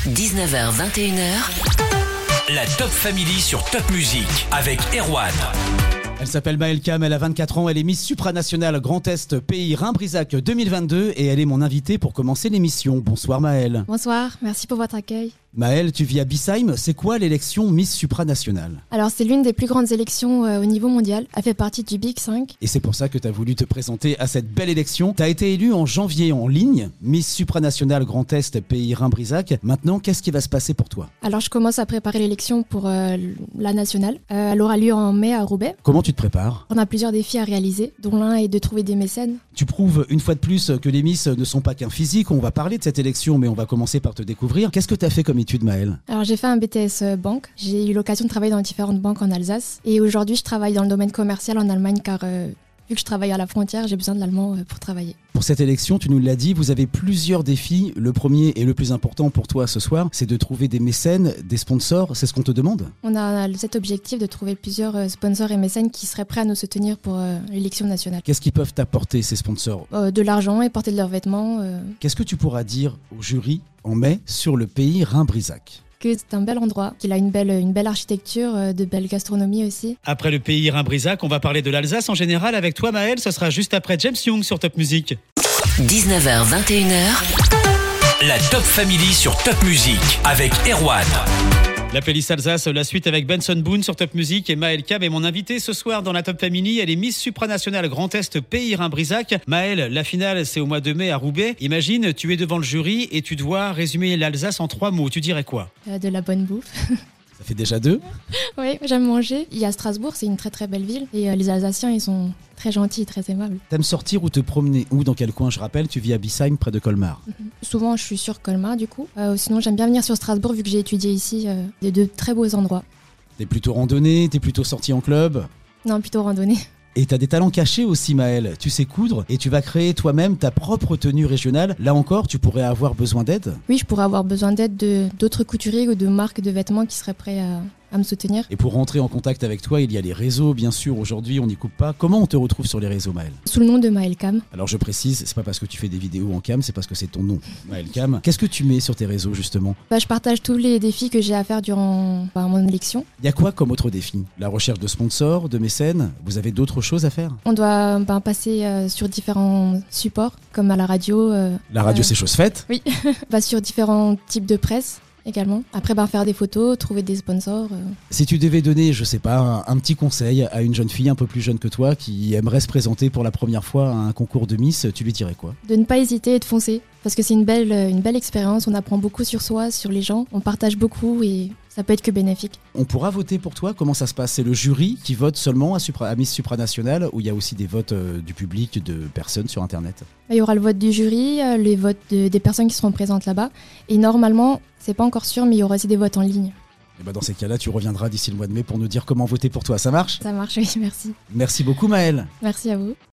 19h21h. La Top Family sur Top Music avec Erwan. Elle s'appelle Maëlle Cam, elle a 24 ans, elle est Miss Supranationale Grand Est Pays Rhin-Brisac 2022 et elle est mon invitée pour commencer l'émission. Bonsoir Maëlle. Bonsoir, merci pour votre accueil. Maëlle, tu vis à Bissheim, c'est quoi l'élection Miss Supranationale ? Alors c'est l'une des plus grandes élections au niveau mondial, elle fait partie du Big 5. Et c'est pour ça que tu as voulu te présenter à cette belle élection. Tu as été élue en janvier en ligne, Miss Supranationale Grand Est Pays Rhin-Brisac. Maintenant, qu'est-ce qui va se passer pour toi ? Alors je commence à préparer l'élection pour la nationale. Elle aura lieu en mai à Roubaix. Comment tu te prépares ? On a plusieurs défis à réaliser, dont l'un est de trouver des mécènes. Tu prouves une fois de plus que les Miss ne sont pas qu'un physique. On va parler de cette élection, mais on va commencer par te découvrir. Qu'est-ce que tu as fait comme étude, Maëlle ? Alors j'ai fait un BTS banque. J'ai eu l'occasion de travailler dans différentes banques en Alsace. Et aujourd'hui je travaille dans le domaine commercial en Allemagne car vu que je travaille à la frontière, j'ai besoin de l'allemand pour travailler. Pour cette élection, tu nous l'as dit, vous avez plusieurs défis. Le premier et le plus important pour toi ce soir, c'est de trouver des mécènes, des sponsors. C'est ce qu'on te demande ? On a cet objectif de trouver plusieurs sponsors et mécènes qui seraient prêts à nous soutenir pour l'élection nationale. Qu'est-ce qu'ils peuvent t'apporter, ces sponsors ? De l'argent et porter de leurs vêtements. Qu'est-ce que tu pourras dire au jury en mai sur le pays Rhin-Brisac ? Que c'est un bel endroit, qu'il a une belle architecture, de belle gastronomie aussi. Après le pays Rhin-Brisac, on va parler de l'Alsace en général avec toi Maëlle, ce sera juste après James Young sur Top Music. 19h21h. La Top Family sur Top Music avec Erwan. La playlist Alsace, la suite avec Benson Boone sur Top Music et Maëlle Cam est mon invitée ce soir dans la Top Family. Elle est Miss Supranationale Grand Est Pays Rhin-Brisac. Maëlle, la finale c'est au mois de mai à Roubaix. Imagine, tu es devant le jury et tu dois résumer l'Alsace en 3 mots. Tu dirais quoi ? De la bonne bouffe. Ça fait déjà 2. Oui, j'aime manger. Il y a Strasbourg, c'est une très très belle ville. Et les Alsaciens, ils sont très gentils, très aimables. T'aimes sortir ou te promener ? Où, dans quel coin ? Je rappelle, tu vis à Bissheim, près de Colmar. Souvent, je suis sur Colmar, du coup. Sinon, j'aime bien venir sur Strasbourg, vu que j'ai étudié ici. De très beaux endroits. T'es plutôt randonnée ? T'es plutôt sortie en club ? Non, plutôt randonnée. Et t'as des talents cachés aussi Maëlle, tu sais coudre et tu vas créer toi-même ta propre tenue régionale. Là encore, tu pourrais avoir besoin d'aide ? Oui, je pourrais avoir besoin d'aide d'autres couturiers ou de marques de vêtements qui seraient prêts à me soutenir. Et pour rentrer en contact avec toi, il y a les réseaux, bien sûr, aujourd'hui on n'y coupe pas. Comment on te retrouve sur les réseaux Maëlle ? Sous le nom de Maëlle Cam. Alors je précise, c'est pas parce que tu fais des vidéos en cam, c'est parce que c'est ton nom, Maëlle Cam. Qu'est-ce que tu mets sur tes réseaux justement ? Je partage tous les défis que j'ai à faire durant mon élection. Il y a quoi comme autre défi ? La recherche de sponsors, de mécènes ? Vous avez d'autres choses à faire ? On doit passer sur différents supports, comme à la radio. La radio c'est chose faite ? Oui, sur différents types de presse. Également. Après, faire des photos, trouver des sponsors. Si tu devais donner, je sais pas, un petit conseil à une jeune fille un peu plus jeune que toi qui aimerait se présenter pour la première fois à un concours de Miss, tu lui dirais quoi ? De ne pas hésiter et de foncer. Parce que c'est une belle expérience, on apprend beaucoup sur soi, sur les gens, on partage beaucoup et ça peut être que bénéfique. On pourra voter pour toi ? Comment ça se passe ? C'est le jury qui vote seulement à Miss Supranationale ou il y a aussi des votes du public, de personnes sur Internet ? Il y aura le vote du jury, les votes des personnes qui seront présentes là-bas. Et normalement, c'est pas encore sûr, mais il y aura aussi des votes en ligne. Et dans ces cas-là, tu reviendras d'ici le mois de mai pour nous dire comment voter pour toi. Ça marche ? Ça marche, oui, merci. Merci beaucoup Maëlle. Merci à vous.